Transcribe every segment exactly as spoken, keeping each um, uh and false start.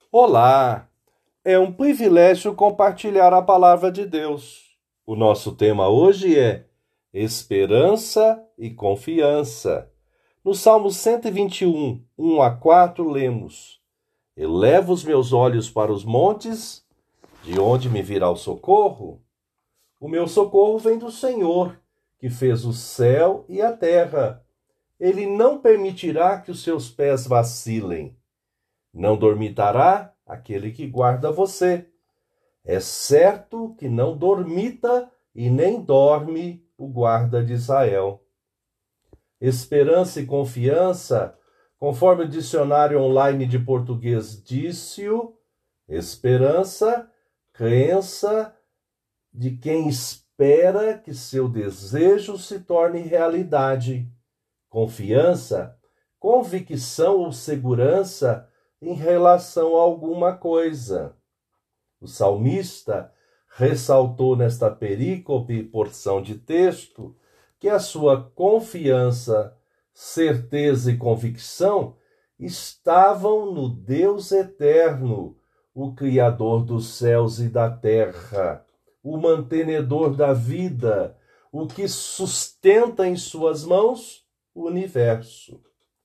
Olá! É um privilégio compartilhar a palavra de Deus. O nosso tema hoje é esperança e confiança. No Salmo cento e vinte e um, um a quatro, lemos: Elevo os meus olhos para os montes, de onde me virá o socorro? O meu socorro vem do Senhor, que fez o céu e a terra. Ele não permitirá que os seus pés vacilem. Não dormitará aquele que guarda você. É certo que não dormita e nem dorme o guarda de Israel. Esperança e confiança, conforme o dicionário online de português disse-o, esperança, crença de quem espera que seu desejo se torne realidade. Confiança, convicção ou segurança em relação a alguma coisa. O salmista ressaltou nesta perícope, porção de texto, que a sua confiança, certeza e convicção estavam no Deus eterno, o Criador dos céus e da terra, o mantenedor da vida, o que sustenta em suas mãos o universo.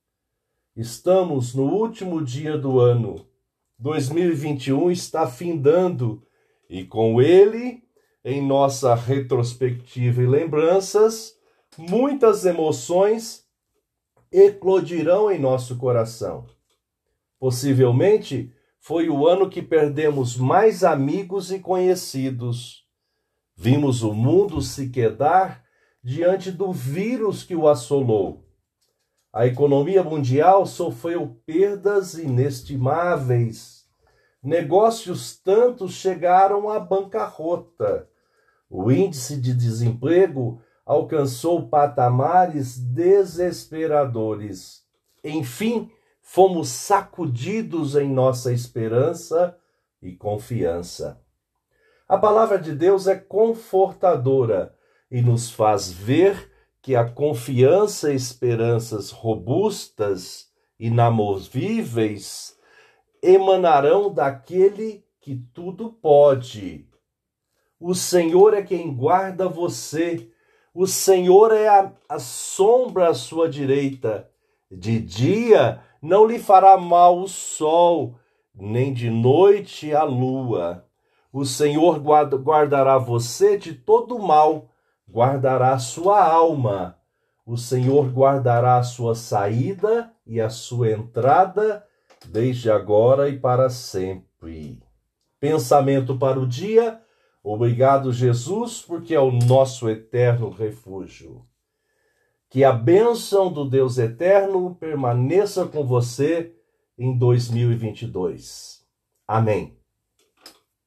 Estamos no último dia do ano. dois mil e vinte e um está findando e com ele, em nossa retrospectiva e lembranças, muitas emoções eclodirão em nosso coração. Possivelmente foi o ano que perdemos mais amigos e conhecidos. Vimos o mundo se quedar diante do vírus que o assolou. A economia mundial sofreu perdas inestimáveis. Negócios tantos chegaram à bancarrota. O índice de desemprego alcançou patamares desesperadores. Enfim, fomos sacudidos em nossa esperança e confiança. A palavra de Deus é confortadora e nos faz ver que a confiança e esperanças robustas, inamovíveis, emanarão daquele que tudo pode. O Senhor é quem guarda você. O Senhor é a, a sombra à sua direita. De dia não lhe fará mal o sol, nem de noite a lua. O Senhor guarda, guardará você de todo mal, guardará a sua alma. O Senhor guardará a sua saída e a sua entrada, desde agora e para sempre. Pensamento para o dia. Obrigado, Jesus, porque é o nosso eterno refúgio. Que a bênção do Deus eterno permaneça com você em dois mil e vinte e dois. Amém.